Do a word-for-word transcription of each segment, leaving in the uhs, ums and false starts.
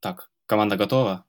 Так, команда готова?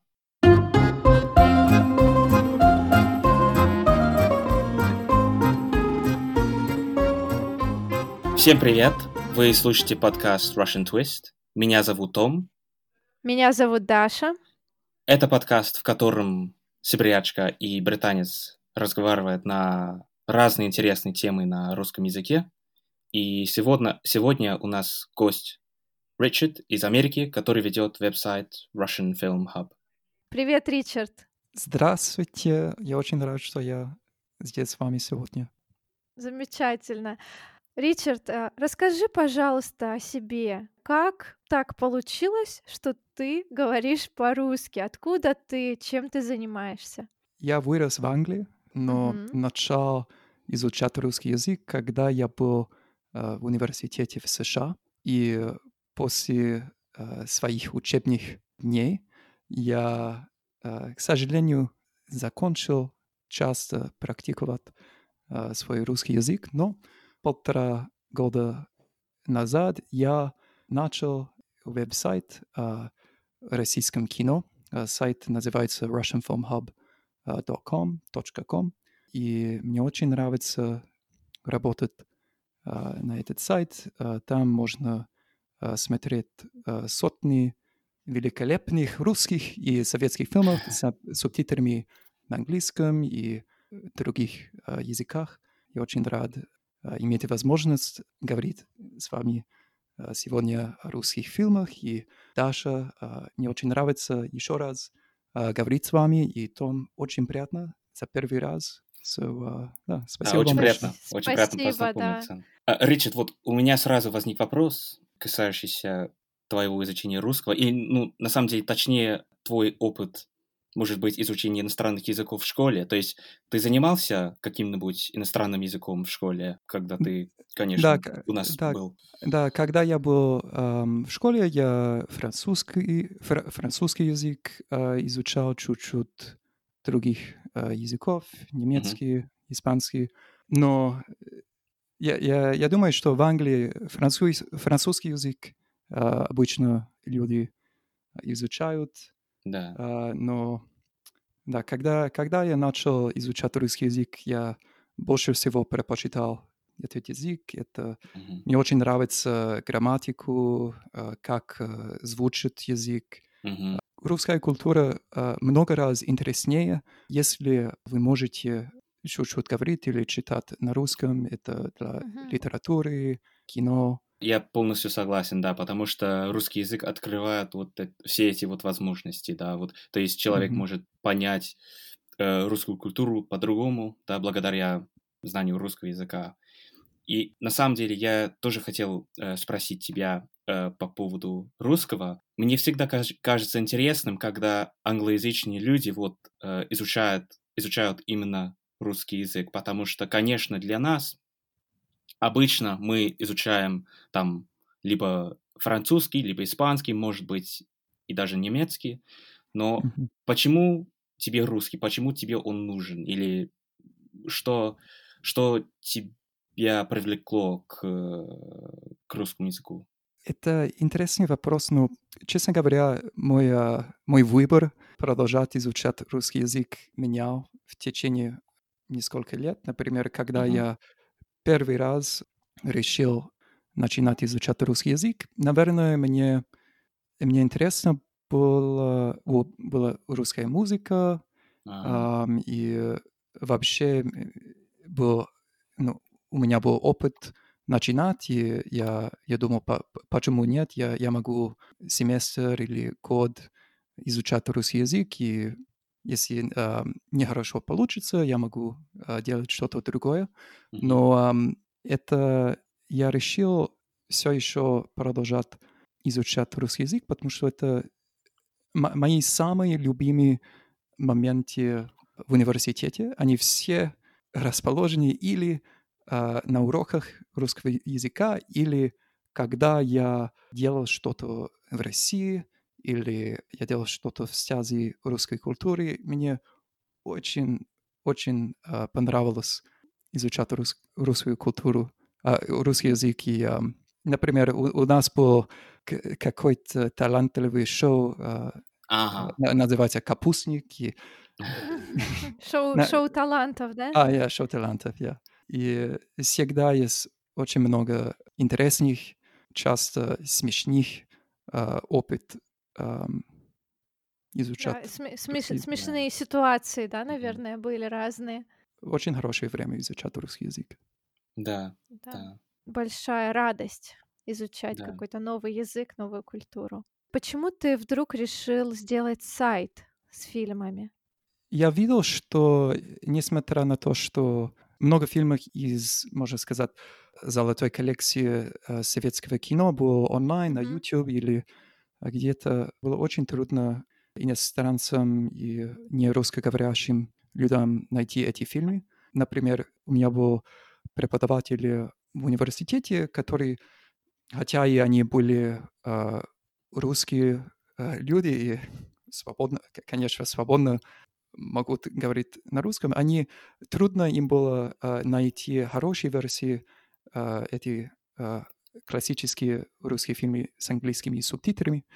Всем привет! Вы слушаете подкаст Russian Twist. Меня зовут Том. Меня зовут Даша. Это подкаст, в котором сибирячка и британец разговаривают на разные интересные темы на русском языке. И сегодня, сегодня у нас гость Ричард из Америки, который ведет веб-сайт Russian Film Hub. Привет, Ричард. Здравствуйте. Я очень рад, что я здесь с вами сегодня. Замечательно. Ричард, а, расскажи, пожалуйста, о себе. Как так получилось, что ты говоришь по-русски? Откуда ты? Чем ты занимаешься? Я вырос в Англии, но Мгм. начал изучать русский язык, когда я был э, в университете в США. И после э, своих учебных дней я, э, к сожалению, закончил часто практиковать э, свой русский язык, но полтора года назад я начал веб-сайт о российском кино. Э, Сайт называется russian film hub dot com, .com. И мне очень нравится работать э, на этот сайт. Э, Там можно э, смотреть э, сотни великолепных русских и советских фильмов с субтитрами на английском и других э, языках. Я очень рад э, иметь возможность говорить с вами э, сегодня о русских фильмах. И Даша, э, мне очень нравится еще раз э, говорить с вами, и Том, очень приятно за первый раз. So, uh, да, Да, спасибо очень вам приятно, большое. очень приятно Спасибо, да. познакомиться. А, Ричард, вот у меня сразу возник вопрос, касающийся твоего изучения русского, и, ну, на самом деле, точнее, твой опыт, может быть, изучения иностранных языков в школе. То есть ты занимался каким-нибудь иностранным языком в школе, когда ты, Да, конечно, к- у нас да, был? да, когда я был эм, в школе, я французский, фра- французский язык э, изучал, чуть-чуть других э, языков, Мгм. немецкий, испанский. Но я, я, я думаю, что в Англии француз, французский язык э, обычно люди изучают, Да. э, но да, когда, когда я начал изучать русский язык, я больше всего предпочитал этот язык. Это Мгм. мне очень нравится грамматику, э, как э, звучит язык. Мгм. Русская культура э, много раз интереснее, если вы можете чуть-чуть говорить или читать на русском. Это для Мгм. литературы, кино. Я полностью согласен, да, потому что русский язык открывает вот э- все эти вот возможности, да, вот, то есть человек Мгм. может понять э, русскую культуру по-другому, да, благодаря знанию русского языка. И на самом деле я тоже хотел э, спросить тебя э, по поводу русского. Мне всегда каж- кажется интересным, когда англоязычные люди вот э, изучают, изучают именно русский язык, потому что, конечно, для нас обычно мы изучаем там либо французский, либо испанский, может быть, и даже немецкий. Но Мгм. почему тебе русский? Почему тебе он нужен? Или что, что тебя привлекло к, э, к русскому языку? Это интересный вопрос, но, честно говоря, мой, а, мой выбор продолжать изучать русский язык менял в течение нескольких лет. Например, когда Мгм. я первый раз решил начинать изучать русский язык, наверное, мне, мне интересно было, вот, была русская музыка, А, ам, и вообще э, был, ну, у меня был опыт начинать, и я, я думал, по- по- почему нет, я, я могу семестр или год изучать русский язык, и если ам, нехорошо получится, я могу а, делать что-то другое. мгм. Но ам, это я решил все еще продолжать изучать русский язык, потому что это м- мои самые любимые моменте в университете, они все расположены или а, на уроках русского языка, или когда я делал что-то в России, или я делал что-то в связи русской культуры, мне очень, очень а, понравилось изучать рус- русскую культуру, а, русский язык и ам, Например, у, у нас был к- какой-то талантливый шоу, э, Ага. на- называется «Капустник». И, Шоу, на- шоу талантов, да? а, я шоу талантов, я. И всегда есть очень много интересных, часто смешных э, опыт эм, Да, изучать сме- смеш- русский язык. смешные ситуации, да, Мгм. наверное, были разные. Очень хорошее время изучать русский язык. Да, Да. да, Большая радость изучать да. какой-то новый язык, новую культуру. Почему ты вдруг решил сделать сайт с фильмами? Я видел, что, несмотря на то, что много фильмов из, можно сказать, золотой коллекции э, советского кино было онлайн, на Мгм. YouTube или где-то, было очень трудно иностранцам и не русскоговорящим людям найти эти фильмы. Например, у меня был преподаватель в университете, который, хотя и они были э, русские э, люди и свободно, к- конечно, свободно могут говорить на русском, они трудно им было э, найти хорошие версии э, эти э, классические русские фильмы с английскими субтитрами.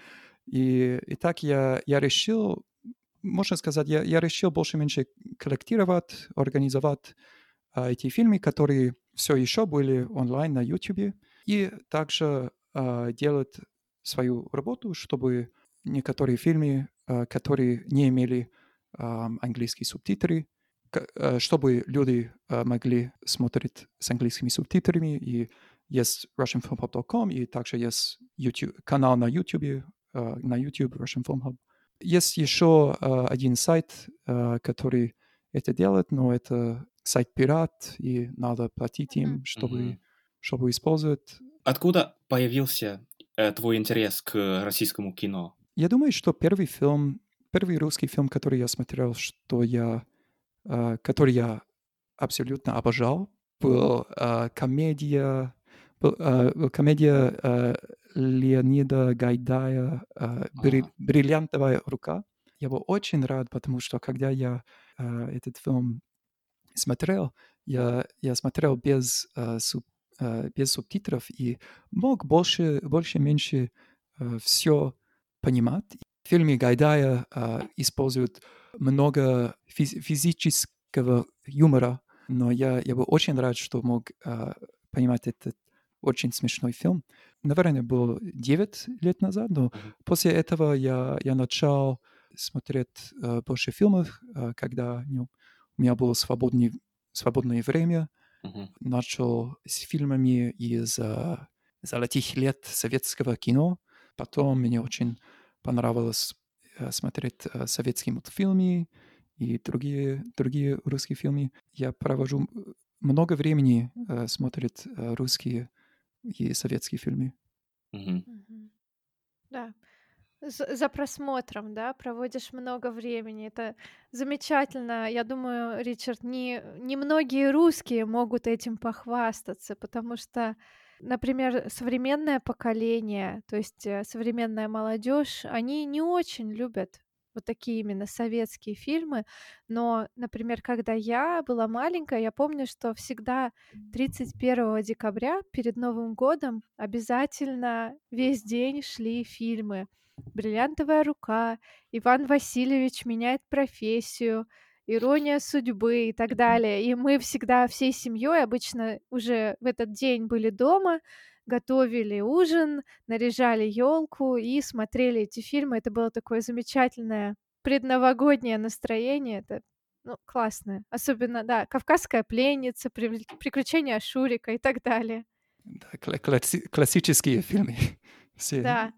И, и так я, я решил, можно сказать, я, я решил больше-меньше коллектировать, организовать а, эти фильмы, которые все еще были онлайн на YouTube, и также а, делать свою работу, чтобы некоторые фильмы, а, которые не имели а, английские субтитры, к- а, чтобы люди а, могли смотреть с английскими субтитрами, и есть russian film hub dot com, и также есть YouTube, канал на YouTube, а, на YouTube Russian Film Hub. Есть еще а, один сайт, а, который это делает, но это сайт пират, и надо платить Мгм. им, чтобы, Мгм. чтобы использовать. Откуда появился э, твой интерес к российскому кино? Я думаю, что первый фильм, первый русский фильм, который я смотрел, что я, а, который я абсолютно обожал, был а, комедия, был, а, был комедия а, Леонида Гайдая а, «Бри- Ага. «Бриллиантовая рука». Я был очень рад, потому что когда я а, этот фильм смотрел, я, я смотрел без, а, суб- а, без субтитров и мог больше, больше-меньше все понимать. В фильме Гайдая а, используют много физ- физического юмора, но я, я был очень рад, что мог а, понимать этот очень смешной фильм. Наверное, было девять лет назад, но Мгм. после этого я, я начал смотреть а, больше фильмов, а, когда ну, у меня было свободное, свободное время. Мгм. Начал с фильмами из а, золотых лет советского кино. Потом мне очень понравилось э, смотреть э, советские мультфильмы и другие, другие русские фильмы. Я провожу м- много времени э, смотреть э, русские и советские фильмы. Мгм. Мгм. Да. За за просмотром, да, проводишь много времени. Это замечательно. Я думаю, Ричард, не немногие русские могут этим похвастаться, потому что, например, современное поколение, то есть, э, современная молодежь, они не очень любят вот такие именно советские фильмы. Но, например, когда я была маленькая, я помню, что всегда тридцать первого декабря перед Новым годом обязательно весь день шли фильмы. «Бриллиантовая рука», «Иван Васильевич меняет профессию», «Ирония судьбы» и так далее. И мы всегда всей семьей обычно уже в этот день были дома, готовили ужин, наряжали елку и смотрели эти фильмы. Это было такое замечательное предновогоднее настроение. Это, ну, классно. Особенно, да, «Кавказская пленница», «Привл- «Приключения Шурика» и так далее. Да, кла- класси- классические фильмы. Все. Да.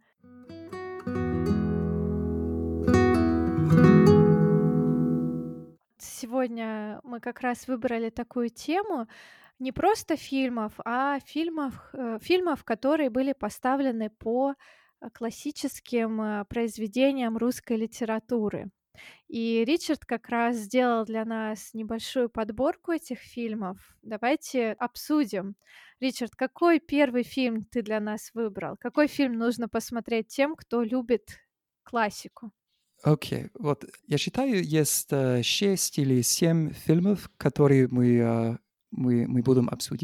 Сегодня мы как раз выбрали такую тему не просто фильмов, а фильмов, э, фильмов, которые были поставлены по э, классическим э, произведениям русской литературы. И Ричард как раз сделал для нас небольшую подборку этих фильмов. Давайте обсудим. Ричард, какой первый фильм ты для нас выбрал? Какой фильм нужно посмотреть тем, кто любит классику? Окей, вот я считаю, есть э, шесть или семь фильмов, которые мы, э, мы, мы будем обсудить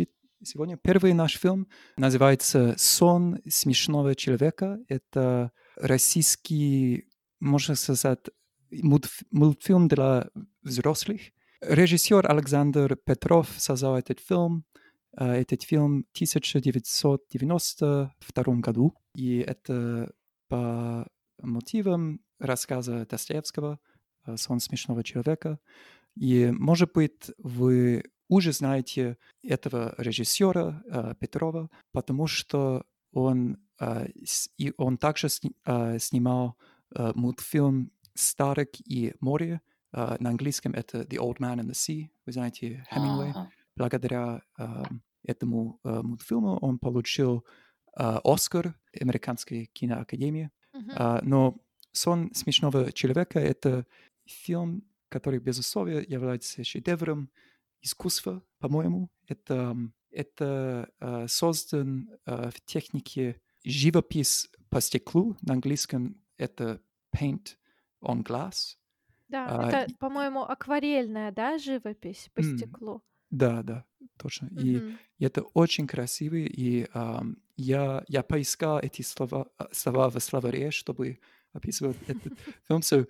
сегодня. Первый наш фильм называется «Сон смешного человека». Это российский, можно сказать, мультф- мультфильм для взрослых. Режиссер Александр Петров создал этот фильм. Э, Этот фильм в тысяча девятьсот девяносто втором году. И это по мотивам рассказа Достоевского э, «Сон смешного человека». И, может быть, вы уже знаете этого режиссера э, Петрова, потому что он, э, с- и он также сни- э, снимал э, мультфильм «Старик и море». Э, на английском это «The Old Man and the Sea». Вы знаете Хемингуэй. Ага. Благодаря э, этому э, мультфильму он получил э, Оскар Американской киноакадемии. Мгм. А, но «Сон смешного человека» — это фильм, который, безусловно, является шедевром искусства, по-моему. Это, м, это э, создан э, в технике живопись по стеклу. На английском это paint on glass. Да, А, это, и- по-моему, акварельная, да, живопись по м, стеклу. да, да, точно. И Мгм. это очень красивый. И ам, я, я поискал эти слова, а, слова в словаре, чтобы описывать этот фильм. So,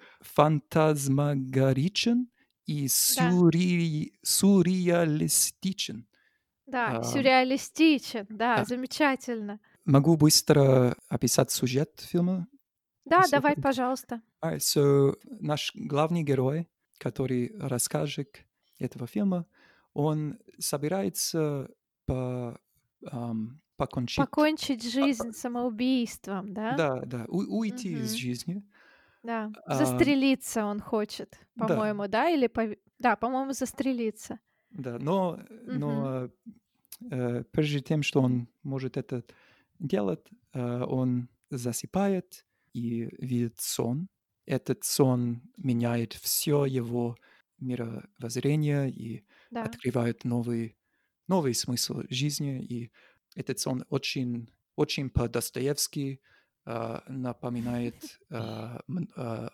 фантазмагоричен и Да, сюрри- сюрреалистичен. да, А, сюрреалистичен, да, а, замечательно. Могу быстро описать сюжет фильма, Да, если давай, хотите. пожалуйста. Alright, so наш главный герой, который рассказчик этого фильма, он собирается по, ам, покончить, Покончить а, по- жизнь самоубийством, да? да, да, у- уйти из Мгм. жизни. Да, А, застрелиться он хочет, да, по-моему, да? Или пов да, по-моему, застрелиться. да, но, Мгм. но э, прежде тем, что он может это делать, э, он засыпает и видит сон. Этот сон меняет все его мировоззрение и Да. открывает новый, новый смысл жизни. И этот сон очень, очень по-Достоевски э, напоминает э, м- э,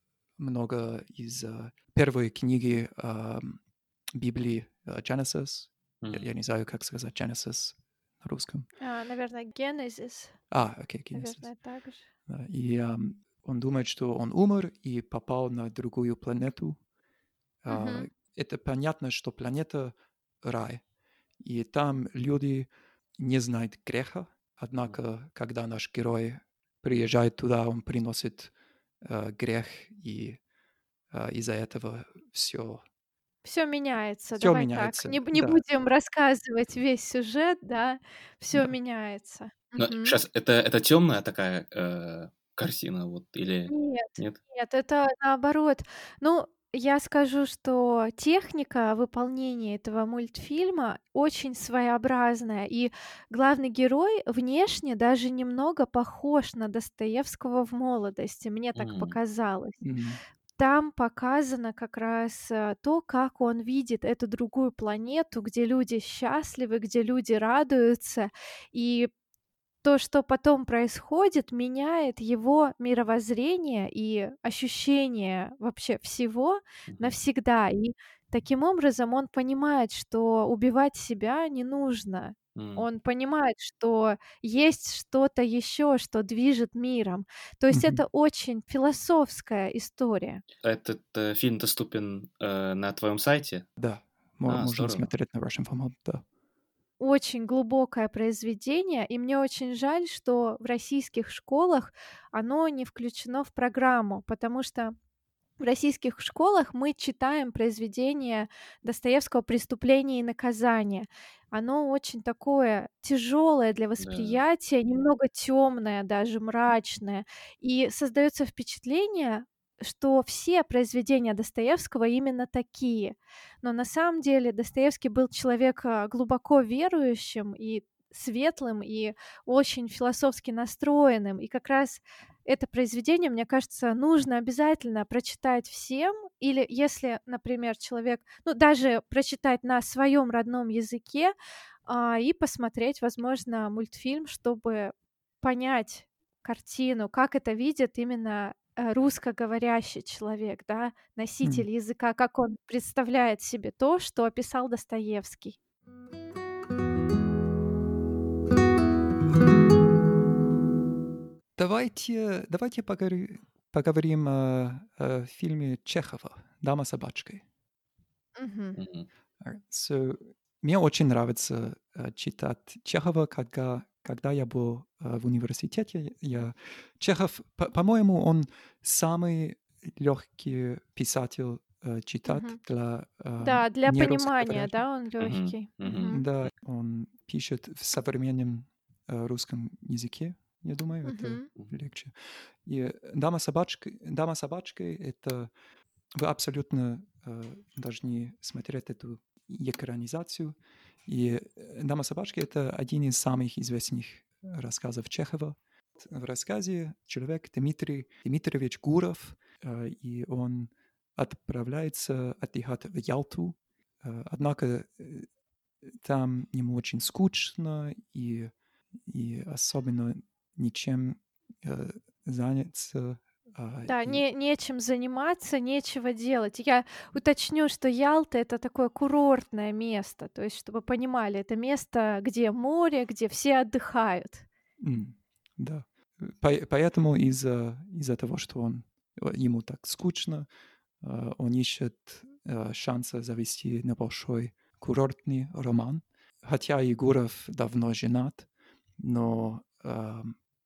много из э, первой книги э, Библии э, Genesis. Я, Мгм. я не знаю, как сказать Genesis на русском. А, наверное, Генезис, А, окей, Genesis. наверное, так же. Да, и ам, он думает, что он умер и попал на другую планету. А, Мгм. это понятно, что планета рай. И там люди не знают греха. Однако, когда наш герой приезжает туда, он приносит э, грех, и э, из-за этого все, Всё меняется, все давай так. меняется. Не б не Да, будем рассказывать весь сюжет, да. Все да. меняется. Но Мгм. сейчас это, это темная такая э, картина, вот, или Нет, нет? нет, это наоборот. Ну, я скажу, что техника выполнения этого мультфильма очень своеобразная, и главный герой внешне даже немного похож на Достоевского в молодости, мне так М, показалось. М, Там показано как раз, э, то, как он видит эту другую планету, где люди счастливы, где люди радуются. И то, что потом происходит, меняет его мировоззрение и ощущение вообще всего мгм, навсегда. И таким образом он понимает, что убивать себя не нужно. м. Он понимает, что есть что-то еще, что движет миром. То есть мгм. это очень философская история. Этот э, фильм доступен э, на твоем сайте? Да, мо- А, можно здорово. смотреть на Russian Film Hub, да. Очень глубокое произведение, и мне очень жаль, что в российских школах оно не включено в программу, потому что в российских школах мы читаем произведение Достоевского «Преступление и наказание». Оно очень такое тяжелое для Да. восприятия, немного темное, даже мрачное. И создается впечатление, что все произведения Достоевского именно такие. Но на самом деле Достоевский был человек а, глубоко верующим и светлым, и очень философски настроенным. И как раз это произведение, мне кажется, нужно обязательно прочитать всем. Или если, например, человек, ну, даже прочитать на своем родном языке, а, и посмотреть, возможно, мультфильм, чтобы понять картину, как это видит именно э, русскоговорящий человек, да, М. носитель языка, как он представляет себе то, что описал Достоевский. Давайте, давайте поговори- поговорим о, о фильме Чехова «Дама с собачкой». Мгм. Мгм. Alright. So, мне очень нравится э, читать Чехова, когда, когда я был э, в университете. Я, Чехов, по- по-моему, он самый легкий писатель э, читать Мгм. для э, Да, для понимания, нерусскоговорящих. да, он Мгм. легкий. Мгм. Да, он пишет в современном э, русском языке, я думаю, это Мгм. легче. И «Дама собачка», «Дама собачка» — это вы абсолютно э, должны смотреть эту экранизацию. И э, «Дама собачка» — это один из самых известных рассказов Чехова. В рассказе человек Дмитрий Дмитриевич Гуров, э, и он отправляется отдыхать в Ялту. Э, однако э, там ему очень скучно, и, и особенно ничем э, заняться. а, Да, и, не, нечем заниматься, нечего делать. Я уточню, что Ялта — это такое курортное место, то есть, чтобы понимали, это место, где море, где все отдыхают. м, да. По- поэтому из-за из-за того, что он, э, ему так скучно, э, он ищет э, шанса завести небольшой курортный роман. Хотя Егоров давно женат, но э,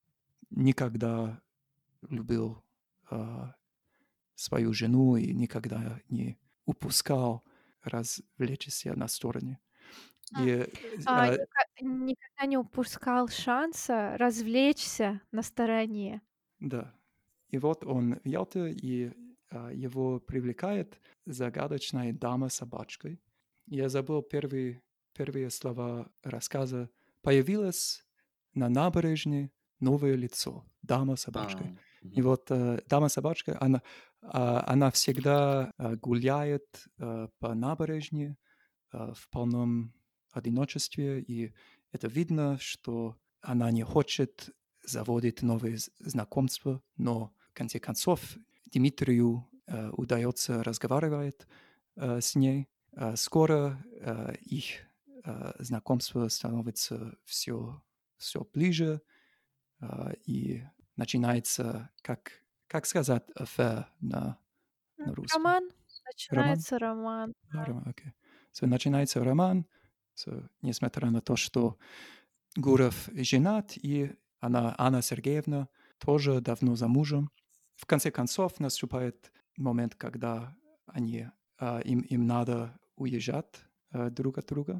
никогда любил э, свою жену и никогда не упускал развлечься на стороне. И, М. э, А, а, ника никогда не упускал шанса развлечься на стороне. да. И вот он в Ялте, и а, его привлекает загадочная дама с собачкой. Я забыл первые, первые слова рассказа. Появилось на набережной новое лицо, дама с собачкой. А, И мгм. вот э, дама с собачкой, она, а, она всегда а, гуляет а, по набережной а, в полном одиночестве, и это видно, что она не хочет заводить новые з- знакомства, но в конце концов Дмитрию э, удается разговаривать э, с ней. Э, скоро э, их э, знакомство становится все, все ближе, э, и начинается, как, как сказать, affair на, М, на русском? роман, Роман? начинается роман. А, роман, окей. So, начинается роман, so, несмотря на то, что Гуров женат, и она, Анна Сергеевна, тоже давно замужем. В конце концов наступает момент, когда они, а, им, им надо уезжать а, друг от друга.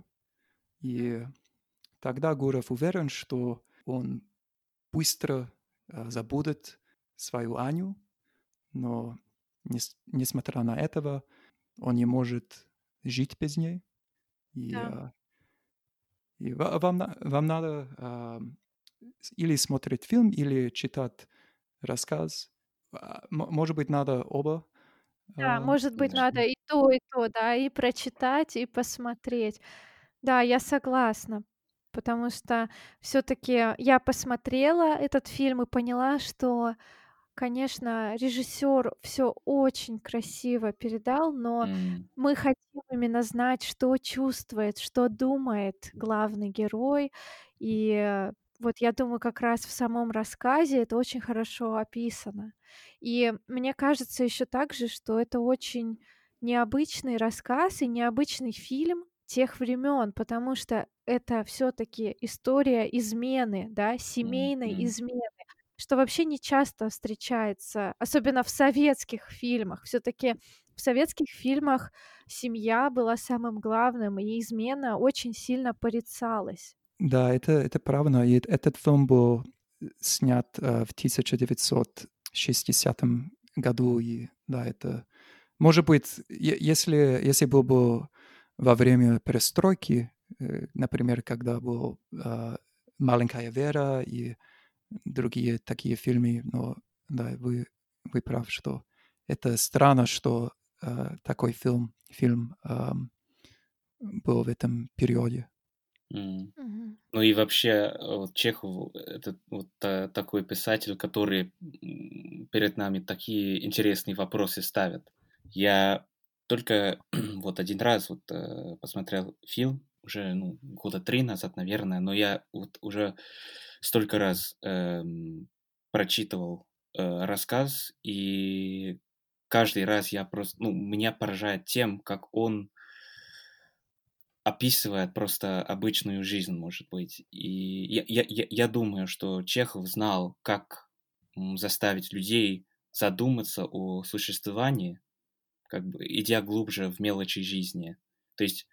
И тогда Гуров уверен, что он быстро а, забудет свою Аню, но нес- несмотря на это, он не может жить без ней. И, Да. а, и ва- вам, на- вам надо а, с- или смотреть фильм, или читать рассказ. А, м- Может быть, надо оба. Да, а, может быть, надо Конечно. и то, и то, да, и прочитать, и посмотреть. Да, я согласна, потому что все таки я посмотрела этот фильм и поняла, что, конечно, режиссер все очень красиво передал, но М. мы хотим именно знать, что чувствует, что думает главный герой. И, э, вот я думаю, как раз в самом рассказе это очень хорошо описано. И мне кажется еще также, что это очень необычный рассказ и необычный фильм тех времен, потому что это все таки история измены, да, М. семейной М. измены, что вообще не часто встречается, особенно в советских фильмах. Все таки в советских фильмах семья была самым главным, и измена очень сильно порицалась. Да, это, это правда. И этот фильм был э, снят э, в тысяча девятьсот шестидесятом году. И да, это... Может быть, е- если, если был бы во время перестройки, э, например, когда был э, «Маленькая Вера» и другие такие фильмы, но да, вы, вы прав, что это странно, что э, такой фильм, фильм эм, был в этом периоде. М. Мгм. Ну и вообще, э, вот Чехов — это вот та такой писатель, который, м, перед нами такие интересные вопросы ставит. Я только вот один раз вот, э, посмотрел фильм, уже, ну, года три назад, наверное, но я вот уже столько раз эм, прочитывал э, рассказ, и каждый раз я просто, ну, меня поражает тем, как он описывает просто обычную жизнь, может быть. И я, я, я, я думаю, что Чехов знал, как м, заставить людей задуматься о существовании, как бы идя глубже в мелочи жизни. То есть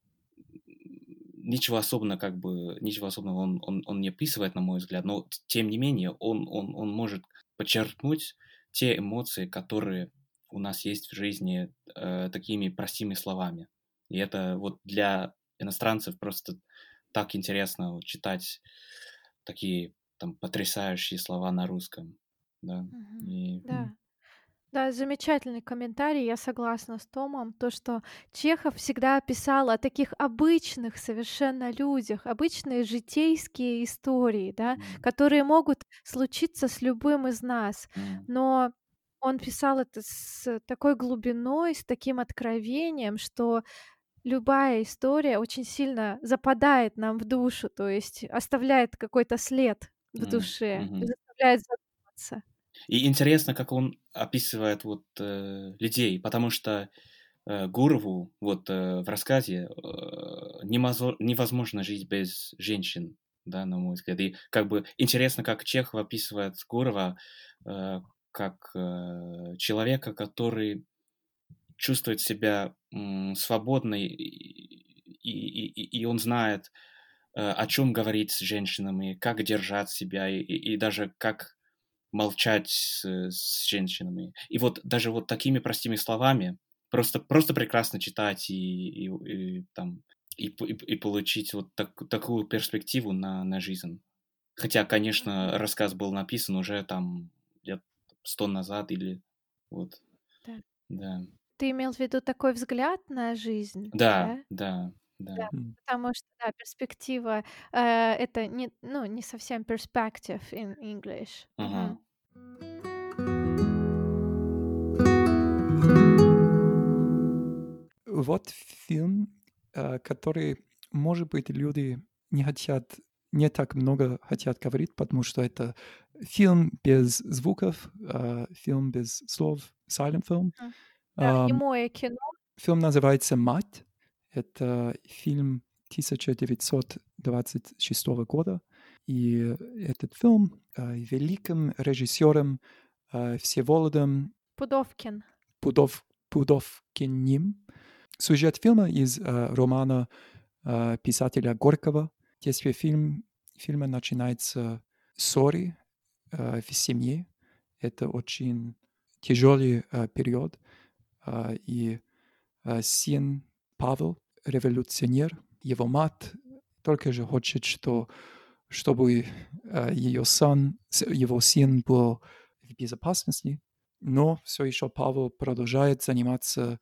ничего особенного, как бы, ничего особенного он, он, он не описывает, на мой взгляд, но тем не менее он, он, он может подчеркнуть те эмоции, которые у нас есть в жизни э, такими простыми словами. И это вот для иностранцев просто так интересно вот читать такие там потрясающие слова на русском. Да. Мгм. И, Да. Да, замечательный комментарий, я согласна с Томом. То, что Чехов всегда писал о таких обычных совершенно людях, обычные житейские истории, да, м, которые могут случиться с любым из нас. м, Но он писал это с такой глубиной, с таким откровением, что любая история очень сильно западает нам в душу, то есть оставляет какой-то след в м, душе и мгм. заставляет задуматься. И интересно, как он описывает вот э, людей, потому что э, Гурову вот э, в рассказе э, немазо- невозможно жить без женщин, да, на мой взгляд. И как бы интересно, как Чехов описывает Гурова э, как э, человека, который чувствует себя м, свободной, и, и, и- и он знает, э, о чем говорить с женщинами, как держать себя, и, и и даже как молчать с, с женщинами. И вот даже вот такими простыми словами просто, просто прекрасно читать и, и, и там и, и, и получить вот так, такую перспективу на, на жизнь. Хотя, конечно, Мгм. рассказ был написан уже там лет сто назад или вот, Да. да. Ты имел в виду такой взгляд на жизнь, Да, да? да, да. Да, М. потому что, да, перспектива, э, это не, ну, не совсем perspective in English. Ага. Мгм. Вот фильм, э, который, может быть, люди не хотят, не так много хотят говорить, потому что это фильм без звуков, э, фильм без слов, silent film. М. Да, Ам, немое кино. Фильм называется «Мать». Это фильм тысяча девятьсот двадцать шестого года. И этот фильм э, великим режиссером э, Всеволодом Пудовкин. Пудов, Пудовкиным. Сюжет фильма из э, романа э, писателя Горького. Действие фильм, фильма начинается с ссоры э, в семье. Это очень тяжелый э, период. Э, и э, сын Павел, революционер, его мать только же хочет, что, чтобы э, ее сын, с- его сын был в безопасности, но все еще Павел продолжает заниматься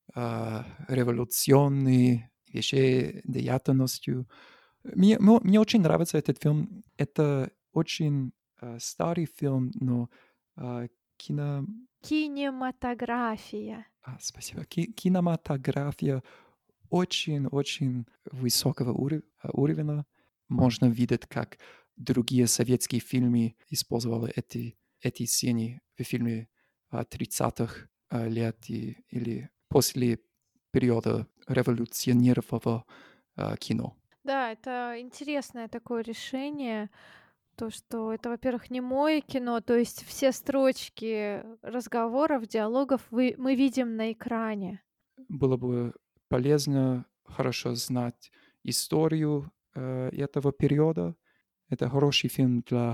э, революционной вещей, деятельностью. Мне, мо- мне очень нравится этот фильм. Это очень э, старый фильм, но э, кино, Кинематография. а, спасибо. Ки- кинематография очень-очень высокого уры- а, уровня. Можно видеть, как другие советские фильмы использовали эти, эти сцены в фильме а, тридцатых а, лет и- или после периода революционерного а, кино. Да, это интересное такое решение. То, что это, во-первых, немое кино, то есть все строчки разговоров, диалогов вы мы видим на экране. Было бы полезно хорошо знать историю э, этого периода. Это хороший фильм для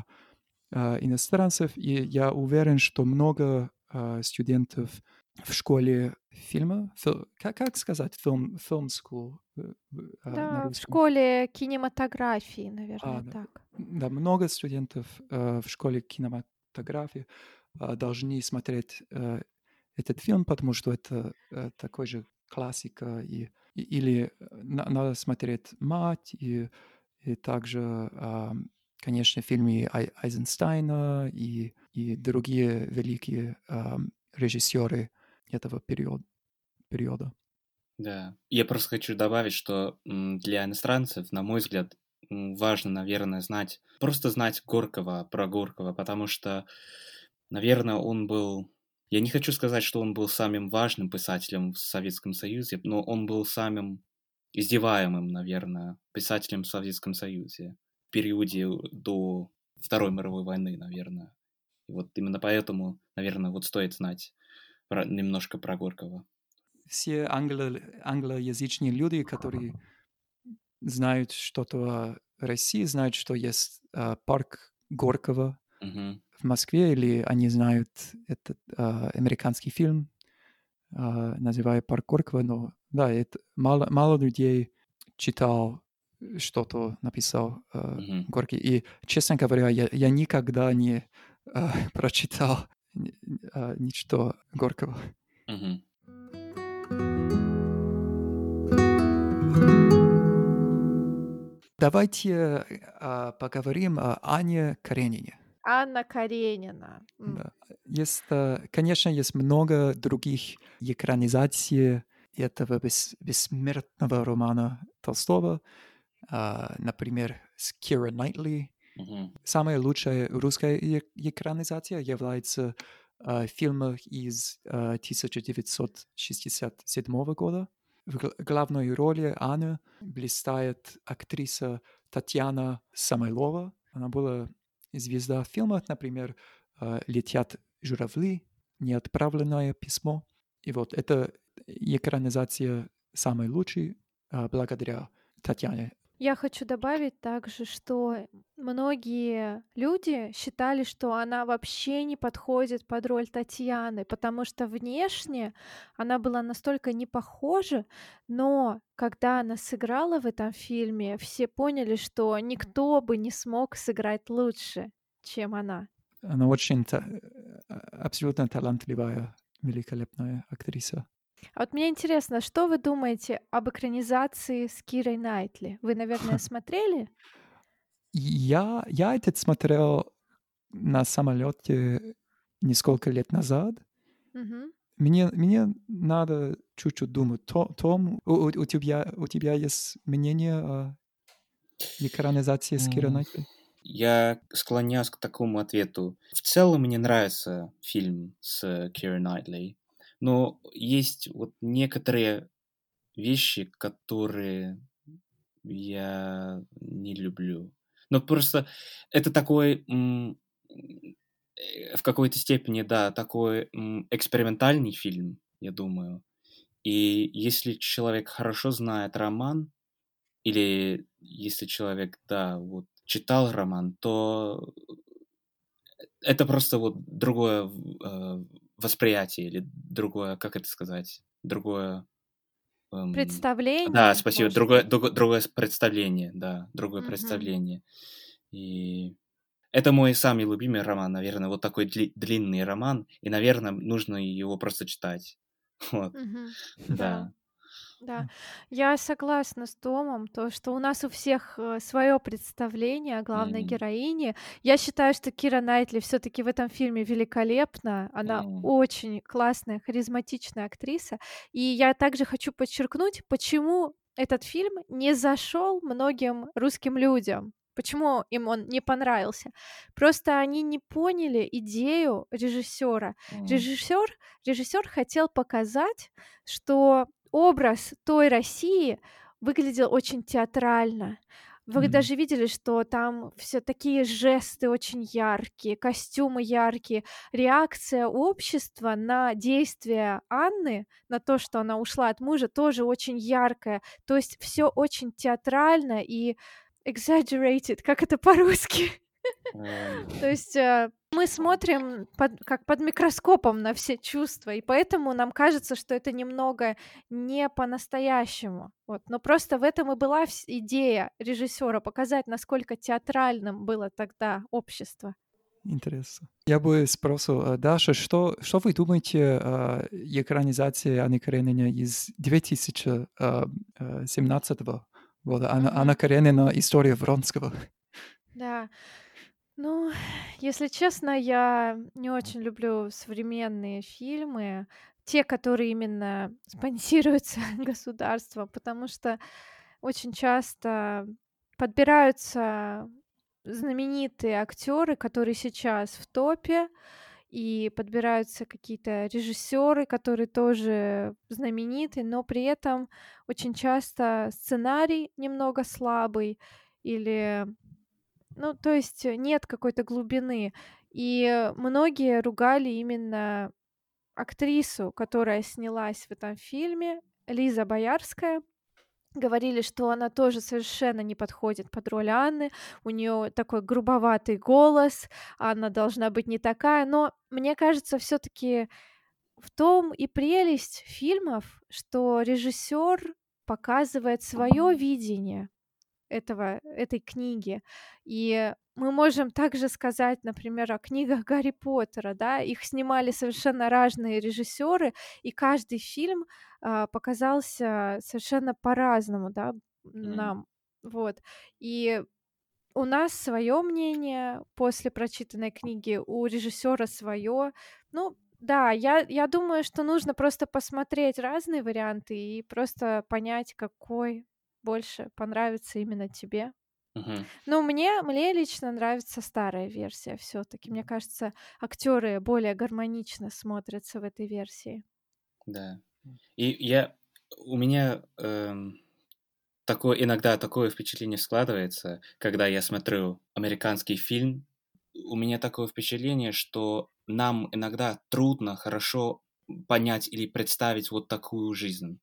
э, иностранцев, и я уверен, что много э, студентов в школе фильма, фил- как, как сказать, фильм, film school э, в- э, на Да, в русском? школе кинематографии, А, наверное, да, так. да, много студентов э, в школе кинематографии э, должны смотреть э, этот фильм, потому что это э, такой же классика, и, и- или э, на- надо смотреть «Мать», и, и также, а, конечно, фильмы Ай- Айзенстайна и, и другие великие а, режиссеры этого период, периода. Да. Я просто хочу добавить, что м, для иностранцев, на мой взгляд, м, важно, наверное, знать, просто знать Горького, про Горького, потому что, наверное, он был... Я не хочу сказать, что он был самым важным писателем в Советском Союзе, но он был самым издеваемым, наверное, писателем в Советском Союзе в периоде до Второй мировой войны, наверное. И вот именно поэтому, наверное, вот стоит знать про- немножко про Горького. Все англо- англоязычные люди, которые знают что-то о России, знают, что есть а, парк Горького Мгм. в Москве, или они знают этот а, американский фильм, а, называя парк Горького, но да, это мало, мало людей читал что-то, написал а, Мгм. Горький. И, честно говоря, я, я никогда не а, прочитал ни- а, ничто Горького. Мгм. Давайте а, поговорим о Анне Каренине. Анна Каренина. М. Да. Есть, а, конечно, есть много других экранизаций этого бес- бессмертного романа Толстого. А, например, с Кира Найтли. Мгм. Самая лучшая русская э- экранизация является а, фильм из а, тысяча девятьсот шестьдесят седьмого года. В гл- главной роли Анны блистает актриса Татьяна Самойлова. Она была звезда в фильмах, например, а, «Летят журавли», «Неотправленное письмо». И вот эта экранизация самая лучшая а, благодаря Татьяне. Я хочу добавить также, что многие люди считали, что она вообще не подходит под роль Татьяны, потому что внешне она была настолько не похожа, но когда она сыграла в этом фильме, все поняли, что никто бы не смог сыграть лучше, чем она. Она очень та- э, абсолютно талантливая, великолепная актриса. А вот мне интересно, что вы думаете об экранизации с Кирой Найтли? Вы, наверное, смотрели? Я, я этот смотрел на самолете несколько лет назад. Мгм. Мне, мне надо чуть-чуть думать. То- Том, у, у- у тебя, у тебя есть мнение о экранизации с Кирой М, Найтли? Я склоняюсь к такому ответу. В целом мне нравится фильм с Кирой Найтли, но есть вот некоторые вещи, которые я не люблю. Но просто это такой, м, э, в какой-то степени, да, такой м, экспериментальный фильм, я думаю. И если человек хорошо знает роман, или если человек, да, вот читал роман, то это просто вот другое в- э, восприятие или другое, как это сказать, другое, эм, да, Представление, спасибо, может другое, быть. друго- другое представление, да, другое Мгм. представление. И это мой самый любимый роман, наверное, вот такой дли- длинный роман, и, наверное, нужно его просто читать. Вот, Мгм. Да, да. да. Я согласна с Томом, то, что у нас у всех свое представление о главной М, героине. Я считаю, что Кира Найтли все-таки в этом фильме великолепна. Она м, очень классная, харизматичная актриса. И я также хочу подчеркнуть, почему этот фильм не зашел многим русским людям. Почему им он не понравился? Просто они не поняли идею режиссера. м, Режиссер, режиссер хотел показать, что образ той России выглядел очень театрально. Вы М. даже видели, что там все такие жесты очень яркие, костюмы яркие, реакция общества на действия Анны, на то, что она ушла от мужа, тоже очень яркая. То есть все очень театрально и exaggerated, как это по-русски? эм, То есть, э, мы смотрим под как под микроскопом на все чувства, и поэтому нам кажется, что это немного не по-настоящему. Вот. Но просто в этом и была вс идея режиссера — показать, насколько театральным было тогда общество. Интересно. Я бы спросил, а, Даша, что, что вы думаете о экранизации Анны Карениной из две тысячи семнадцатого года? Анна, Анна Мгм. Каренина «История Вронского». Да. Ну, если честно, я не очень люблю современные фильмы, те, которые именно спонсируются государством, потому что очень часто подбираются знаменитые актеры, которые сейчас в топе, и подбираются какие-то режиссеры, которые тоже знамениты, но при этом очень часто сценарий немного слабый или, ну, то есть нет какой-то глубины. И многие ругали именно актрису, которая снялась в этом фильме, Лиза Боярская. Говорили, что она тоже совершенно не подходит под роль Анны, у нее такой грубоватый голос, Анна должна быть не такая. Но мне кажется, все-таки в том и прелесть фильмов, что режиссер показывает свое видение этого, этой книги. И мы можем также сказать, например, о книгах Гарри Поттера, да, их снимали совершенно разные режиссеры, и каждый фильм а, показался совершенно по-разному, да, М, нам. Вот. И у нас свое мнение после прочитанной книги, у режиссера свое. Ну, да, я, я думаю, что нужно просто посмотреть разные варианты и просто понять, какой больше понравится именно тебе. мгм. Но мне, мне лично нравится старая версия все-таки. Мне кажется, актеры более гармонично смотрятся в этой версии. Да. И я, у меня эм, такое, иногда такое впечатление складывается, когда я смотрю американский фильм. У меня такое впечатление, что нам иногда трудно хорошо понять или представить вот такую жизнь.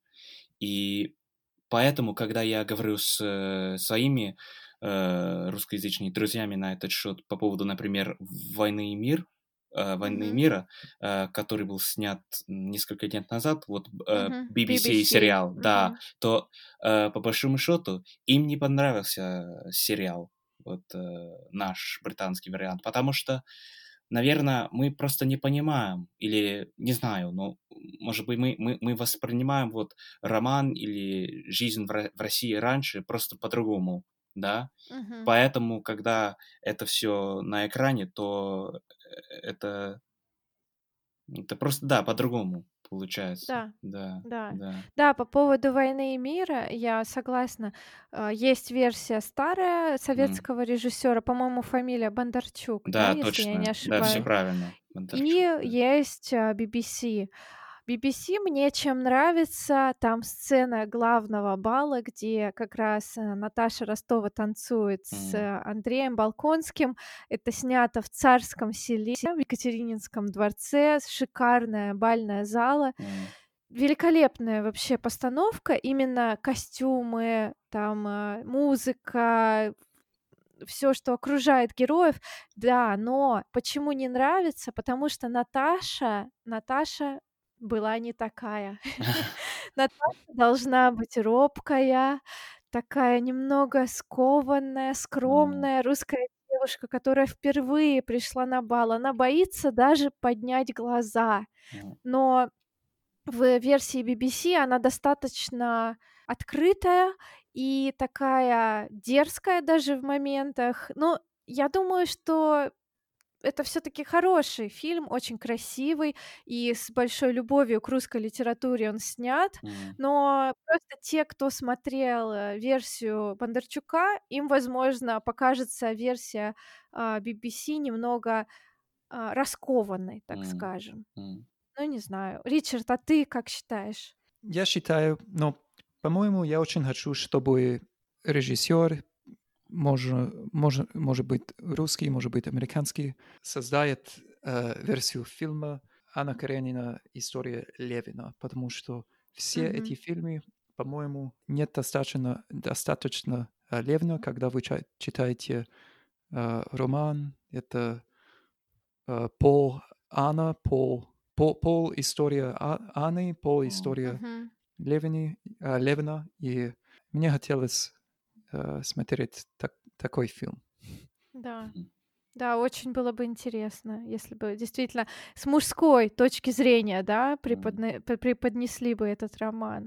И поэтому, когда я говорю с э, своими э, русскоязычными друзьями на этот счет по поводу, например, «Войны и мир», э, «Войны и Мгм. мира», э, который был снят несколько лет назад, вот э, Мгм. би би си би би си. сериал, да, Мгм. то э, по большому счету им не понравился сериал, вот э, наш британский вариант, потому что, наверное, мы просто не понимаем, или не знаю, но, может быть, мы, мы, мы воспринимаем вот роман или жизнь в, Ро- в России раньше просто по-другому, да. Мгм. Поэтому, когда это все на экране, то э, это, это просто, да, по-другому получается. Да, Да, да. да. Да, по поводу «Войны и мира» я согласна. А, есть версия старая М. советского режиссера, по-моему, фамилия Бондарчук, да, Да, если я не точно. Да, все ошибаюсь. правильно. И Бондарчук, да. есть а, би би си. би би си мне чем нравится, там сцена главного бала, где как раз э, Наташа Ростова танцует с М, э, Андреем Балконским. Это снято в Царском селе, в Екатерининском дворце, шикарная бальная зала. м, Великолепная вообще постановка, именно костюмы, там, а, музыка, все, что окружает героев. Да, но почему не нравится? Потому что Наташа Наташа была не такая. Наташа должна быть робкая, такая немного скованная, м, скромная русская девушка, которая впервые пришла на бал. Она боится даже поднять глаза. м, Но в версии би би си она достаточно открытая и такая дерзкая даже в моментах. Но я думаю, что это все таки хороший фильм, очень красивый и с большой любовью к русской литературе он снят. м, Но просто те, кто смотрел, э, версию Бондарчука, им, возможно, покажется версия, а, би би си немного, а, раскованной, так м, скажем. м. Ну, не знаю. Ричард, а ты как считаешь? Я считаю, но, по-моему, я очень хочу, чтобы режиссер, может, может, может быть русский, может быть американский, создает э, версию фильма Анна Каренина «История Левина», потому что все эти Мгм. фильмы, по-моему, нет достаточно, достаточно э, Левина, когда вы ча- читаете э, роман, это э, Пол Анна, Пол, Пол, Пол история А- Анны, Пол М. история Мгм. Левини, э, Левина, и мне хотелось э, смотреть так- такой фильм. Да. Мгм. Да, очень было бы интересно, если бы действительно с мужской точки зрения, да, М. преподне п преподнесли бы этот роман.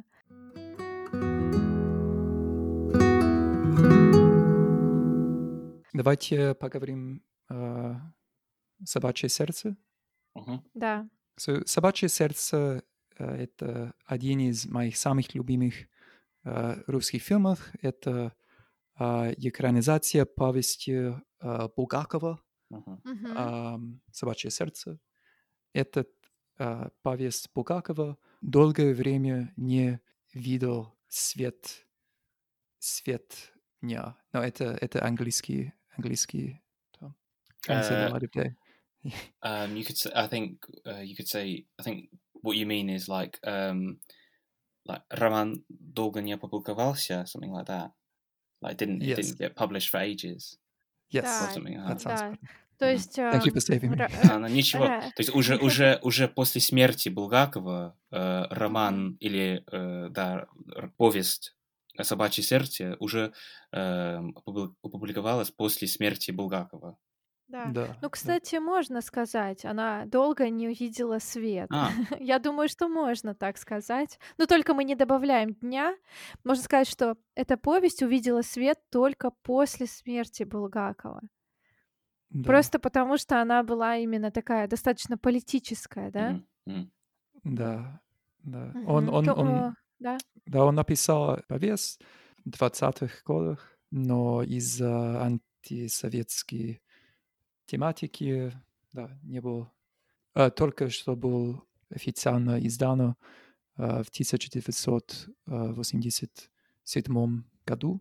Давайте поговорим о «Собачье сердце». Мгм. Да. Со- «Собачье сердце» э, — это один из моих самых любимых э, русских фильмов. Это а, экранизация повести а, Булгакова Мгм. Мгм. а, «Собачье сердце». Этот а, повесть Булгакова долгое время не видел свет, свет дня. Но это, это английский, английский там, конец Uh, the light of day. um, you could say, I think uh, you could say, I think what you mean is like, um, like роман долго не опубликовался, something like that. Like it didn't, it Yes, didn't get published for ages or yes, Да, something like that that. sounds да. better. То Мгм. есть Thank you эм, for saving me. ра- А, ра- ну ничего. ра- То есть уже, уже, уже после смерти Булгакова э, Мгм. роман или э, да, р- повесть «Собачье сердце» уже э, опубли- опубликовалась после смерти Булгакова. Да. Да, Ну, да. кстати, можно сказать, она долго не увидела свет. А, Я думаю, что можно так сказать. Но только мы не добавляем дня. Можно сказать, что эта повесть увидела свет только после смерти Булгакова. Да, Просто потому, что она была именно такая достаточно политическая, да? мгм, мгм. да, да. Он, Мгм. он, То, он, о, да. да, он написал повесть в двадцатых годах, но из-за антисоветской тематики, да, не был, а, только что был официально издан а, в тысяча девятьсот восемьдесят седьмом году.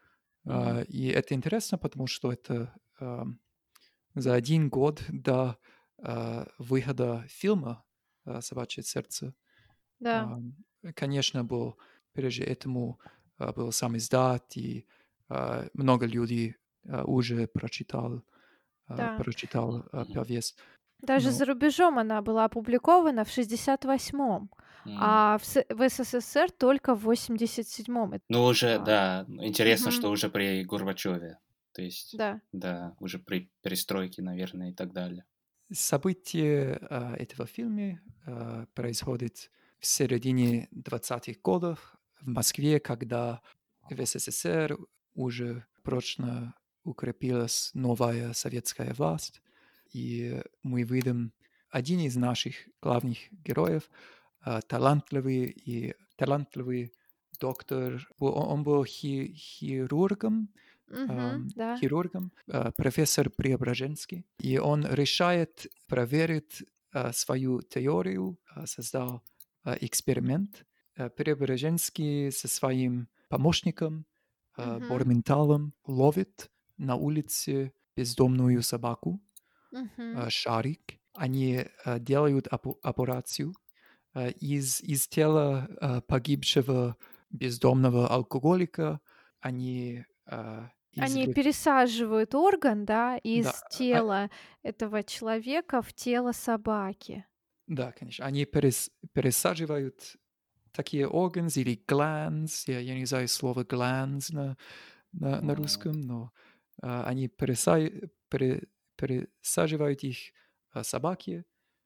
А, Мгм. и это интересно, потому что это а, за один год до а, выхода фильма а, «Собачье сердце». Да, Ам, конечно, был прежде этому а, был сам издат, и а, много людей а, уже прочитал, а, да. прочитал а, Мгм. повесть. Даже Но за рубежом она была опубликована в шестьдесят восьмом, М. а в, С- в СССР только в восемьдесят седьмом. Это, Ну уже, а, да, интересно, мгм, что уже при Горбачеве. То есть, да. да, уже при перестройке, наверное, и так далее. события а, этого фильма а, происходят в середине двадцатых годов в Москве, когда в СССР уже прочно укрепилась новая советская власть, и мы видим один из наших главных героев, а, талантливый и талантливый доктор. Бу- Он он был хи- хирургом, Мгм, ам, да. хирургом, а, профессор Преображенский, и он решает проверить а, свою теорию, а, создал а, эксперимент. А, Преображенский со своим помощником а, Мгм, Борменталом ловит на улице бездомную собаку, мгм. а, Шарик. Они а, делают опу- операцию. А, Из, из тела а, погибшего бездомного алкоголика они а, Они извлек... пересаживают орган, да, Да, из а- тела этого человека в тело собаки. да, конечно. Они перес- пересаживают такие органы или glands, я, я не знаю слово glands на, на, на М. русском, но а, они переса- пере- пересаживают их а, собаке,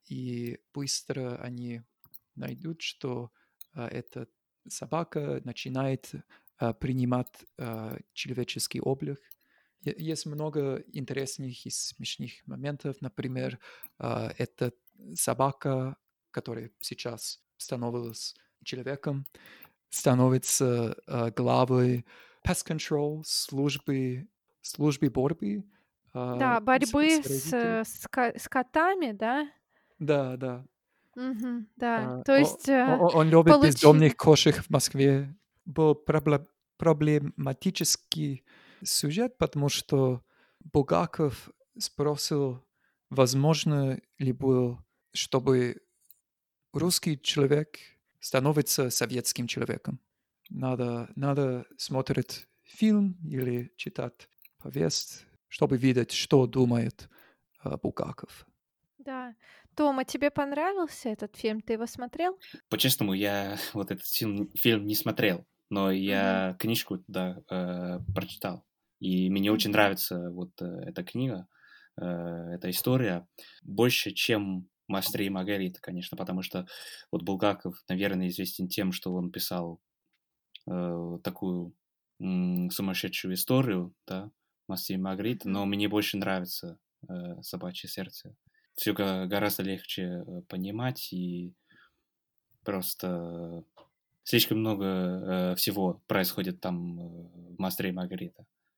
и быстро они найдут, что а, эта собака начинает а, принимать а, человеческий облик. Е- Есть много интересных и смешных моментов. Например, а, эта собака, которая сейчас становилась человеком, становится а, главой pest control службы, службы борьбы а, Да, с, борьбы с с, родителями. э, с, ко- с котами, да? Да, да. Мгм, да. А, То о- есть э, о- Он любит бездомных получи... кошек в Москве. Был пробле- проблематический сюжет, потому что Булгаков спросил, возможно ли было, чтобы русский человек становится советским человеком. Надо, надо смотреть фильм или читать повесть, чтобы видеть, что думает а, Булгаков. Да. Тома, тебе понравился этот фильм? Ты его смотрел? По-честному, я вот этот фильм, фильм не смотрел, но Мгм, я книжку, да, э, прочитал. И мне очень мгм, нравится вот э, эта книга, э, эта история. Больше, чем «Мастер и Маргарита», конечно, потому что вот Булгаков, наверное, известен тем, что он писал э, такую м, сумасшедшую историю, да, «Мастер и Маргарита», мгм. но мне больше нравится э, «Собачье сердце». Все гораздо легче э, понимать, и просто слишком много э, всего происходит там э, в «Мастере и Маргарита».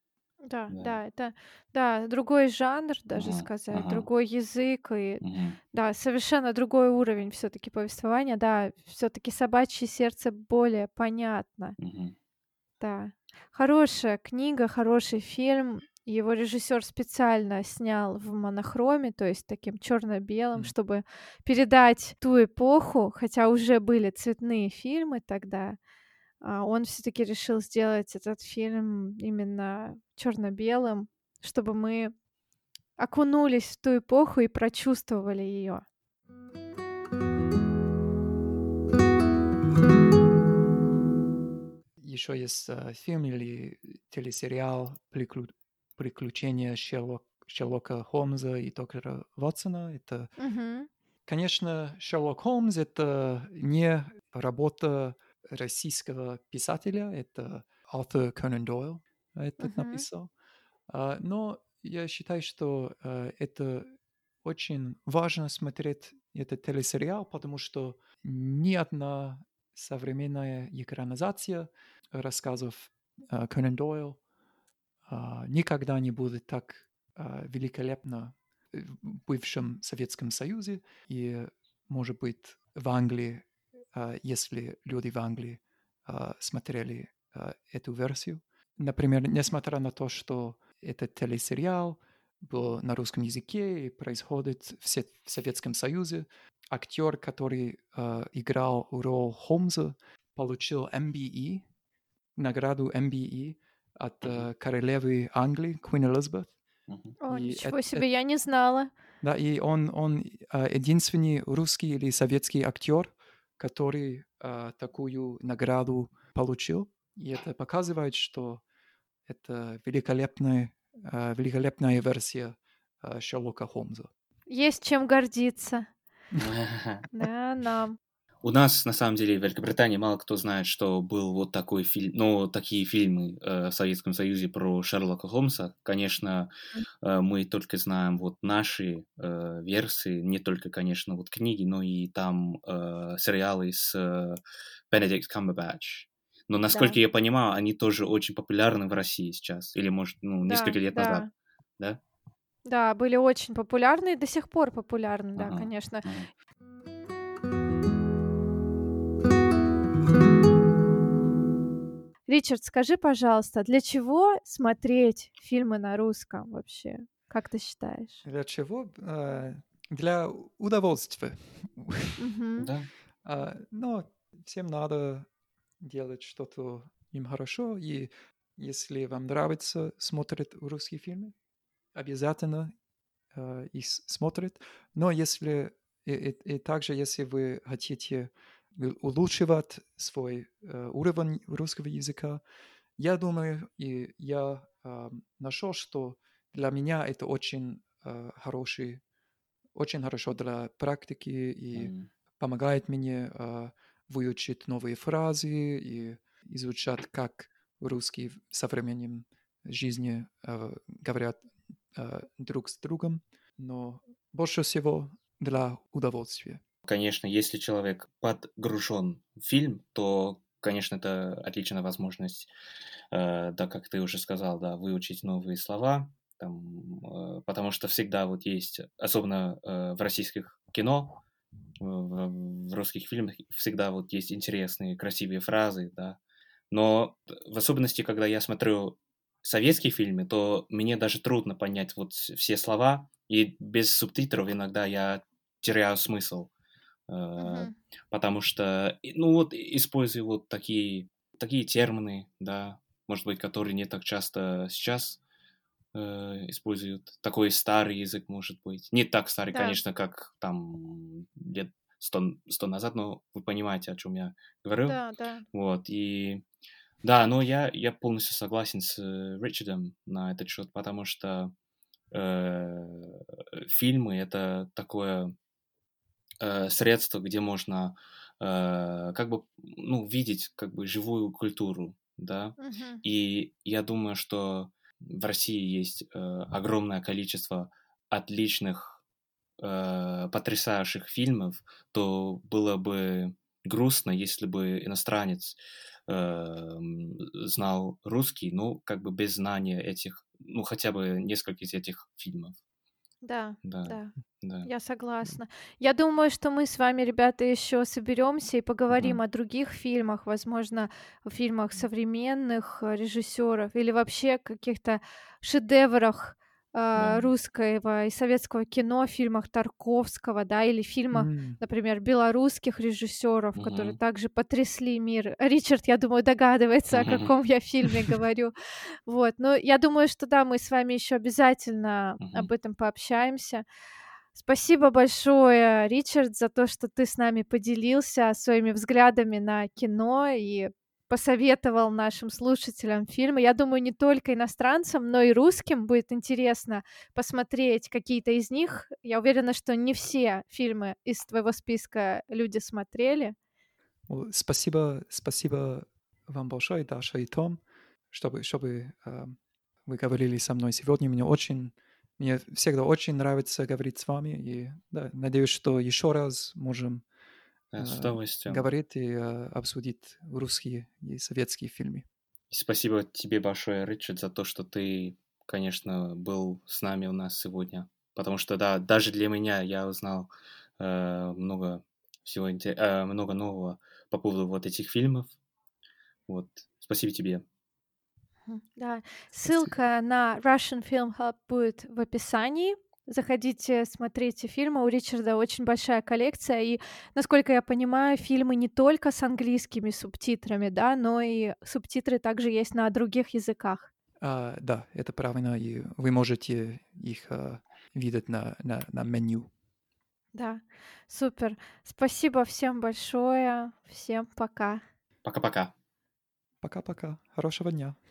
Да, Да. да, это, да, другой жанр, даже Ага, сказать, ага. другой язык и, Мгм. да, совершенно другой уровень все-таки повествования. Да, все-таки «Собачье сердце» более понятно. Мгм. Да. Хорошая книга, хороший фильм. Его режиссер специально снял в монохроме, то есть таким черно-белым, М. чтобы передать ту эпоху, хотя уже были цветные фильмы тогда. А он все-таки решил сделать этот фильм именно черно-белым, чтобы мы окунулись в ту эпоху и прочувствовали ее. Еще есть э, фильм или телесериал «Приклю- «Приключения Шерлок- Шерлока Холмса и доктора Ватсона». Это, Мгм. конечно, Шерлок Холмс — это не работа российского писателя, это Артур Конан Дойл этот Мгм. написал. А, Но я считаю, что э, это очень важно смотреть этот телесериал, потому что ни одна современная экранизация рассказов э, Конан Дойл а, никогда не будет так а, великолепно в бывшем Советском Союзе и, может быть, в Англии, а, если люди в Англии а, смотрели а, эту версию. Например, несмотря на то, что этот телесериал был на русском языке и происходит в, Се- в Советском Союзе, актер, который а, играл роль Холмса, получил эм би и, награду эм би и от Мгм. э, королевы Англии, Queen Elizabeth. Мгм. О, И, ничего эт- эт- себе, я не знала. да, и он, он э, единственный русский или советский актер, который э, такую награду получил. И это показывает, что это великолепная, э, великолепная версия э, Шерлока Холмса. Есть чем гордиться. Да, нам. У нас, на самом деле, в Великобритании мало кто знает, что был вот такой фильм, ну, такие фильмы э, в Советском Союзе про Шерлока Холмса. Конечно, э, мы только знаем вот наши э, версии, не только, конечно, вот книги, но и там э, сериалы с э, Benedict Cumberbatch. Но, насколько Да, я понимаю, они тоже очень популярны в России сейчас. Или, может, ну, несколько да, лет назад, да. да? Да, были очень популярны и до сих пор популярны, да, Ага, конечно. ага. Ричард, скажи, пожалуйста, для чего смотреть фильмы на русском вообще? Как ты считаешь? Для чего? Э, Для удовольствия. Мгм. Да. А, Но всем надо делать что-то им хорошо, и если вам нравится смотреть русские фильмы, обязательно э, их с- смотрит. Но если и, и- и также, если вы хотите у- улучшивать свой э, уровень русского языка, я думаю, и я а, нашел, что для меня это очень э, хороший, очень хорошо для практики и М. помогает мне а, выучить новые фразы и изучать, как русские в современном жизни а, говорят а, друг с другом, но больше всего для удовольствия. Конечно, если человек подгружен в фильм, то, конечно, это отличная возможность, э, да, как ты уже сказал, да, выучить новые слова, там, э, потому что всегда вот есть, особенно э, в российских кино, в, в- в русских фильмах всегда вот есть интересные, красивые фразы, да, но в особенности, когда я смотрю советские фильмы, то мне даже трудно понять вот с- все слова, и без субтитров иногда я теряю смысл. Э, Мгм. потому что, и- ну вот, использую вот такие, такие термины, да, может быть, которые не так часто сейчас э, используют. Такой старый язык, может быть. Не так старый, Да, конечно, как там лет сто, сто назад, но вы понимаете, о чем я говорю. да, да. Вот, и да, но я, я полностью согласен с э, Ричардом на этот счет, потому что э, фильмы — это такое э, средство, где можно э, как бы, ну, видеть как бы живую культуру, да. Мгм. И я думаю, что в России есть э, огромное количество отличных, э, потрясающих фильмов, то было бы грустно, если бы иностранец э, м, знал русский, но как бы без знания этих ну, хотя бы несколько из этих фильмов. Да, Да, да, да. я согласна. Я думаю, что мы с вами, ребята, еще соберемся и поговорим Мгм. о других фильмах, возможно, о фильмах современных э, режиссеров или вообще каких-то шедеврах Да. э, русского и советского кино, фильмах Тарковского, да, или фильмах, М, например, белорусских режиссеров, которые Мгм. также потрясли мир. Ричард, я думаю, догадывается, о Мгм. каком я фильме говорю. Вот, но я думаю, что да, мы с вами еще обязательно Мгм. об этом пообщаемся. Спасибо большое, Ричард, за то, что ты с нами поделился своими взглядами на кино и посоветовал нашим слушателям фильмы. Я думаю, не только иностранцам, но и русским будет интересно посмотреть какие-то из них. Я уверена, что не все фильмы из твоего списка люди смотрели. о, Спасибо, спасибо вам большое, Даша и Том, чтобы, чтобы э, вы говорили со мной сегодня. Мне очень, мне всегда очень нравится говорить с вами. И да, надеюсь, что еще раз можем Да, с э, удовольствием. говорить и э, обсудить русские и советские фильмы. И спасибо тебе большое, Ричард, за то, что ты, конечно, был с нами у нас сегодня. Потому что, да, даже для меня я узнал э, много всего, инте- э, много нового по поводу вот этих фильмов. Вот, спасибо тебе. Мгм. Да, Спасибо. ссылка на Russian Film Hub будет в описании. Заходите, смотрите фильмы. У Ричарда очень большая коллекция, и, насколько я понимаю, фильмы не только с английскими субтитрами, да, но и субтитры также есть на других языках. А, да, это правильно, и вы можете их а, видеть на, на, на меню. Да, супер. Спасибо всем большое. Всем пока. Пока-пока. Пока-пока. Хорошего дня.